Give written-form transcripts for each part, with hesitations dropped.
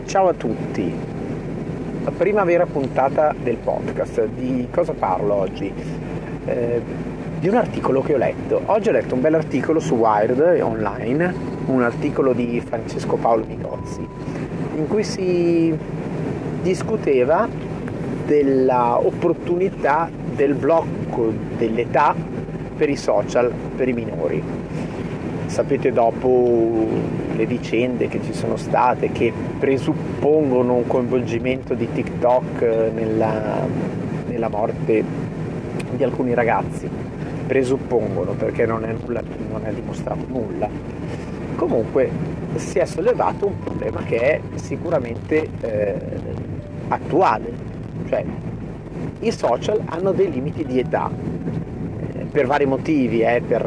Ciao a tutti, la primavera puntata del podcast. Di cosa parlo oggi? Di un articolo che ho letto. Oggi ho letto un bel articolo su Wired online, un articolo di Francesco Paolo Migozzi, in cui si discuteva della opportunità del blocco dell'età per i social per i minori. Sapete, dopo le vicende che ci sono state, che presuppongono un coinvolgimento di TikTok nella morte di alcuni ragazzi, presuppongono perché non è dimostrato nulla. Comunque si è sollevato un problema che è sicuramente attuale, cioè i social hanno dei limiti di età per vari motivi,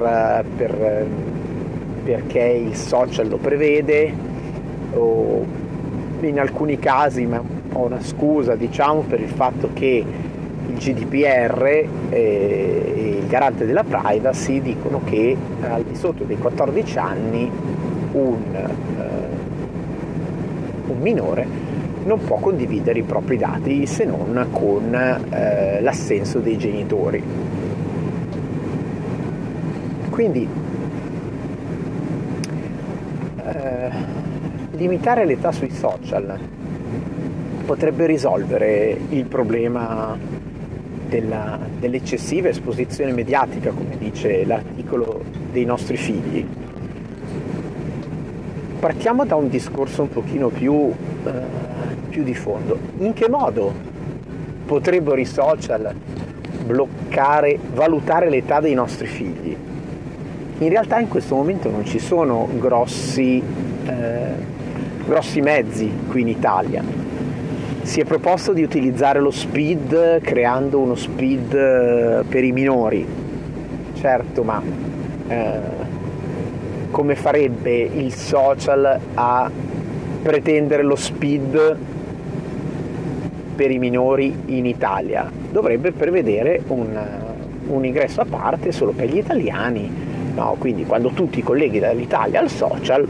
perché il social lo prevede, o in alcuni casi, ma ho una scusa, diciamo, per il fatto che il GDPR e il garante della privacy dicono che al di sotto dei 14 anni un minore non può condividere i propri dati se non con l'assenso dei genitori. Quindi limitare l'età sui social potrebbe risolvere il problema dell'eccessiva esposizione mediatica, come dice l'articolo, dei nostri figli. Partiamo da un discorso un pochino più di fondo. In che modo potrebbero i social valutare l'età dei nostri figli? In realtà in questo momento non ci sono grossi mezzi qui in Italia. Si è proposto di utilizzare lo SPID, creando uno SPID per i minori. Certo, ma come farebbe il social a pretendere lo SPID per i minori in Italia? Dovrebbe prevedere un ingresso a parte solo per gli italiani. No, quindi quando tu ti colleghi dall'Italia al social,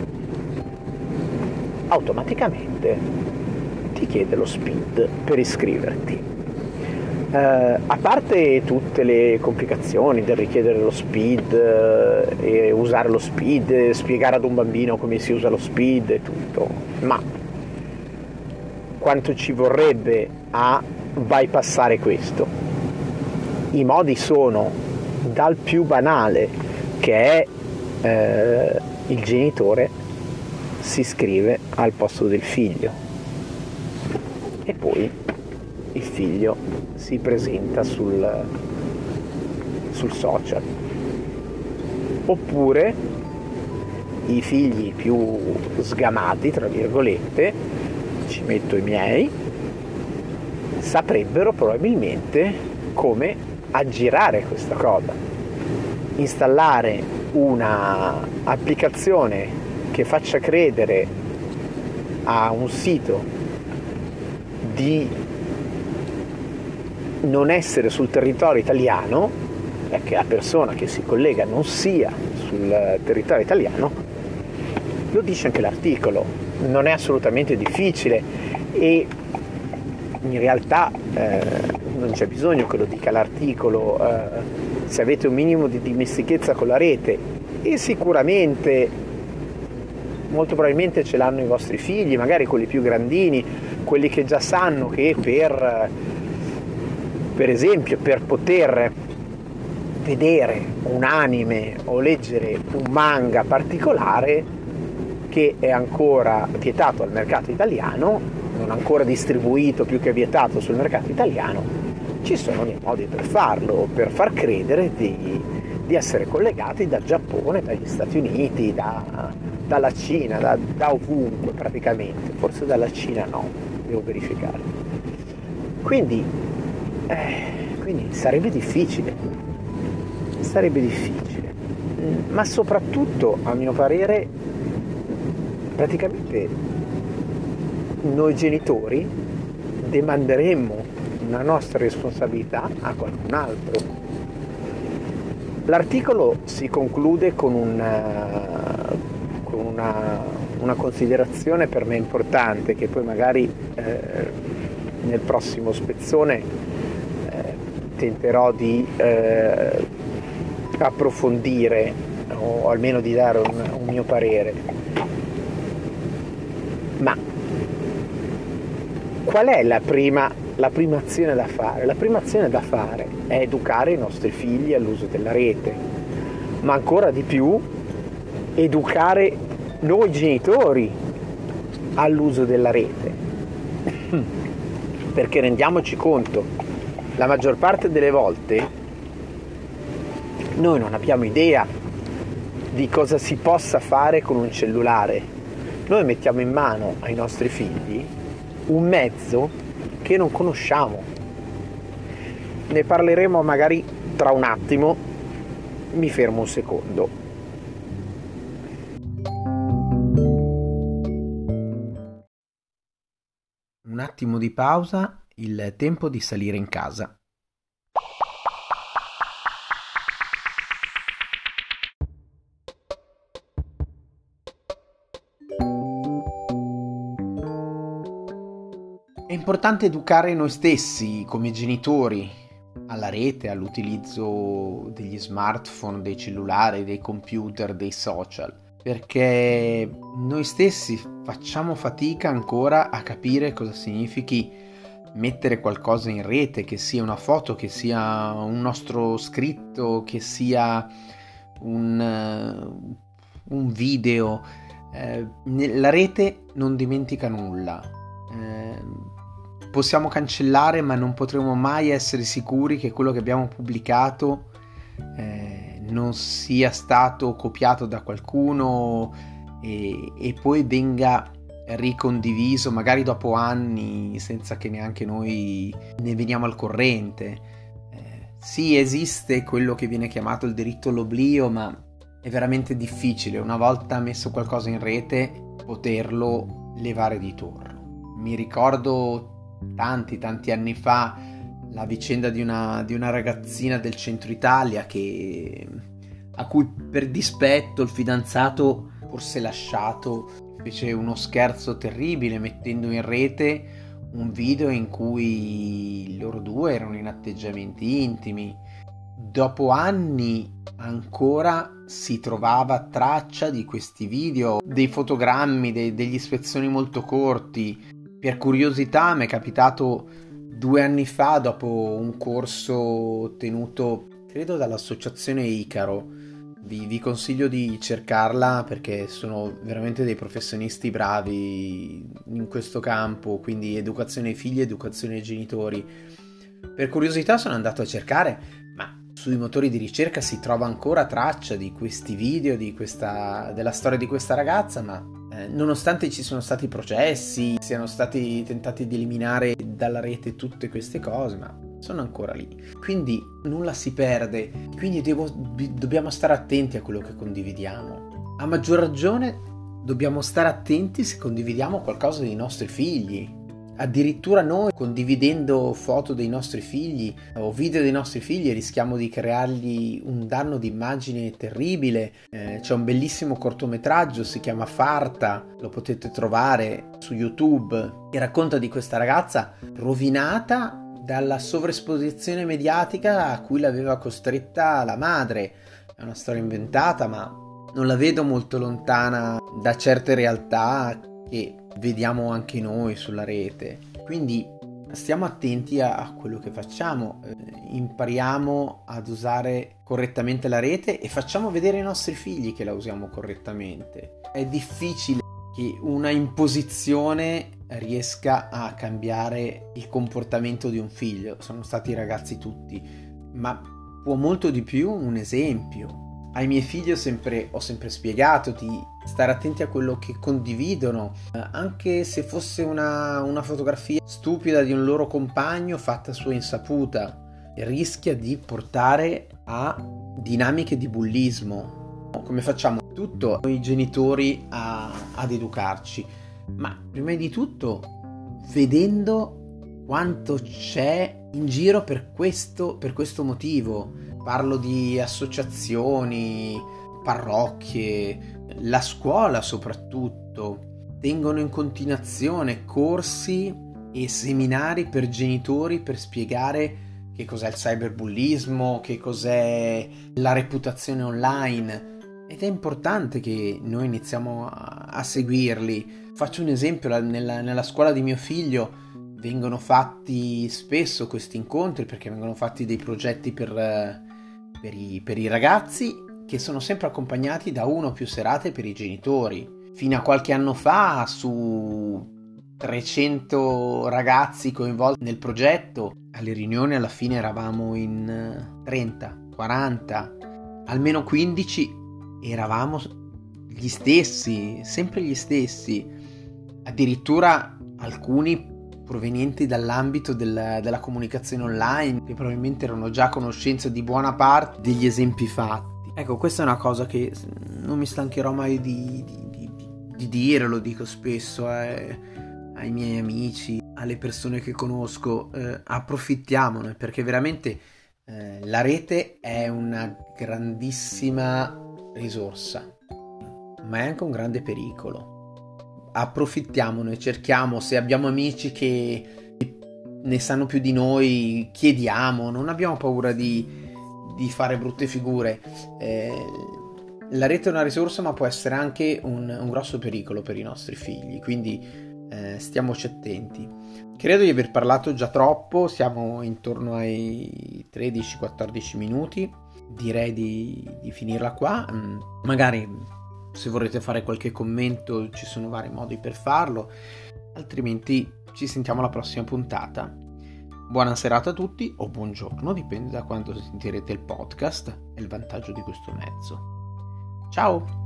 automaticamente ti chiede lo SPID per iscriverti. A parte tutte le complicazioni del richiedere lo SPID e usare lo SPID, spiegare ad un bambino come si usa lo SPID e tutto, ma quanto ci vorrebbe a bypassare questo? I modi sono dal più banale, che è il genitore si iscrive al posto del figlio e poi il figlio si presenta sul social. Oppure i figli più sgamati, tra virgolette, ci metto i miei, saprebbero probabilmente come aggirare questa cosa. Installare una applicazione che faccia credere a un sito di non essere sul territorio italiano, che la persona che si collega non sia sul territorio italiano. Lo dice anche l'articolo, non è assolutamente difficile e in realtà non c'è bisogno che lo dica l'articolo. Se avete un minimo di dimestichezza con la rete, e sicuramente molto probabilmente ce l'hanno i vostri figli, magari quelli più grandini, quelli che già sanno che per esempio per poter vedere un anime o leggere un manga particolare che è ancora vietato al mercato italiano, non ancora distribuito, più che vietato sul mercato italiano, ci sono dei modi per farlo, per far credere di essere collegati dal Giappone, dagli Stati Uniti, dalla Cina, da ovunque praticamente, forse dalla Cina no, devo verificare. Quindi sarebbe difficile, ma soprattutto, a mio parere, praticamente noi genitori demanderemmo una nostra responsabilità a qualcun altro. L'articolo si conclude con una una considerazione per me importante, che poi magari nel prossimo spezzone tenterò di approfondire o almeno di dare un mio parere. Ma qual è la prima azione da fare? La prima azione da fare è educare i nostri figli all'uso della rete, ma ancora di più educare noi genitori all'uso della rete. Perché rendiamoci conto, la maggior parte delle volte noi non abbiamo idea di cosa si possa fare con un cellulare. Noi mettiamo in mano ai nostri figli un mezzo che non conosciamo. Ne parleremo magari tra un attimo, mi fermo un secondo. Un attimo di pausa, il tempo di salire in casa. È importante educare noi stessi come genitori alla rete, all'utilizzo degli smartphone, dei cellulari, dei computer, dei social, perché noi stessi facciamo fatica ancora a capire cosa significhi mettere qualcosa in rete, che sia una foto, che sia un nostro scritto, che sia un video. La rete non dimentica nulla. Possiamo cancellare, ma non potremo mai essere sicuri che quello che abbiamo pubblicato non sia stato copiato da qualcuno e poi venga ricondiviso magari dopo anni senza che neanche noi ne veniamo al corrente. Sì, esiste quello che viene chiamato il diritto all'oblio, ma è veramente difficile una volta messo qualcosa in rete poterlo levare di torno. Mi ricordo tanti anni fa la vicenda di una ragazzina del centro Italia a cui per dispetto il fidanzato, forse lasciato, fece uno scherzo terribile mettendo in rete un video in cui loro due erano in atteggiamenti intimi. Dopo anni ancora si trovava traccia di questi video, dei fotogrammi, degli spezzoni molto corti. Per curiosità mi è capitato 2 anni fa, dopo un corso tenuto credo dall'associazione Icaro. Vi consiglio di cercarla perché sono veramente dei professionisti bravi in questo campo, quindi educazione ai figli, educazione ai genitori. Per curiosità sono andato a cercare, ma sui motori di ricerca si trova ancora traccia di questi video, della storia di questa ragazza, ma nonostante ci sono stati processi, siano stati tentati di eliminare dalla rete tutte queste cose, ma sono ancora lì. Quindi nulla si perde, quindi dobbiamo stare attenti a quello che condividiamo. A maggior ragione dobbiamo stare attenti se condividiamo qualcosa dei nostri figli. Addirittura noi, condividendo foto dei nostri figli o video dei nostri figli, rischiamo di creargli un danno d'immagine terribile. C'è un bellissimo cortometraggio, si chiama Farta, lo potete trovare su YouTube, che racconta di questa ragazza rovinata dalla sovraesposizione mediatica a cui l'aveva costretta la madre. È una storia inventata, ma non la vedo molto lontana da certe realtà che vediamo anche noi sulla rete. Quindi stiamo attenti a quello che facciamo, impariamo ad usare correttamente la rete e facciamo vedere ai nostri figli che la usiamo correttamente. È difficile che una imposizione riesca a cambiare il comportamento di un figlio. Sono stati ragazzi tutti, ma può molto di più un esempio. Ai miei figli ho sempre spiegato di stare attenti a quello che condividono, anche se fosse una fotografia stupida di un loro compagno fatta a sua insaputa, rischia di portare a dinamiche di bullismo. Come facciamo tutto noi genitori ad educarci? Ma prima di tutto vedendo quanto c'è in giro per questo motivo. Parlo di associazioni, parrocchie, la scuola soprattutto tengono in continuazione corsi e seminari per genitori per spiegare che cos'è il cyberbullismo, che cos'è la reputazione online, ed è importante che noi iniziamo a seguirli. Faccio un esempio: nella scuola di mio figlio vengono fatti spesso questi incontri, perché vengono fatti dei progetti per i ragazzi, che sono sempre accompagnati da una o più serate per i genitori. Fino a qualche anno fa, su 300 ragazzi coinvolti nel progetto, alle riunioni alla fine eravamo in 30, 40, almeno 15 eravamo gli stessi, sempre gli stessi, addirittura alcuni provenienti dall'ambito della comunicazione online, che probabilmente erano già a conoscenza di buona parte degli esempi fatti. Ecco, questa è una cosa che non mi stancherò mai di dire, lo dico spesso ai miei amici, alle persone che conosco, approfittiamone, perché veramente la rete è una grandissima risorsa, ma è anche un grande pericolo. Approfittiamone, cerchiamo, se abbiamo amici che ne sanno più di noi, chiediamo, non abbiamo paura di fare brutte figure. La rete è una risorsa, ma può essere anche un grosso pericolo per i nostri figli, quindi stiamoci attenti. Credo di aver parlato già troppo, siamo intorno ai 13-14 minuti, direi di finirla qua. Magari se vorrete fare qualche commento ci sono vari modi per farlo, altrimenti ci sentiamo alla prossima puntata. Buona serata a tutti, o buongiorno, dipende da quando sentirete il podcast, è il vantaggio di questo mezzo. Ciao!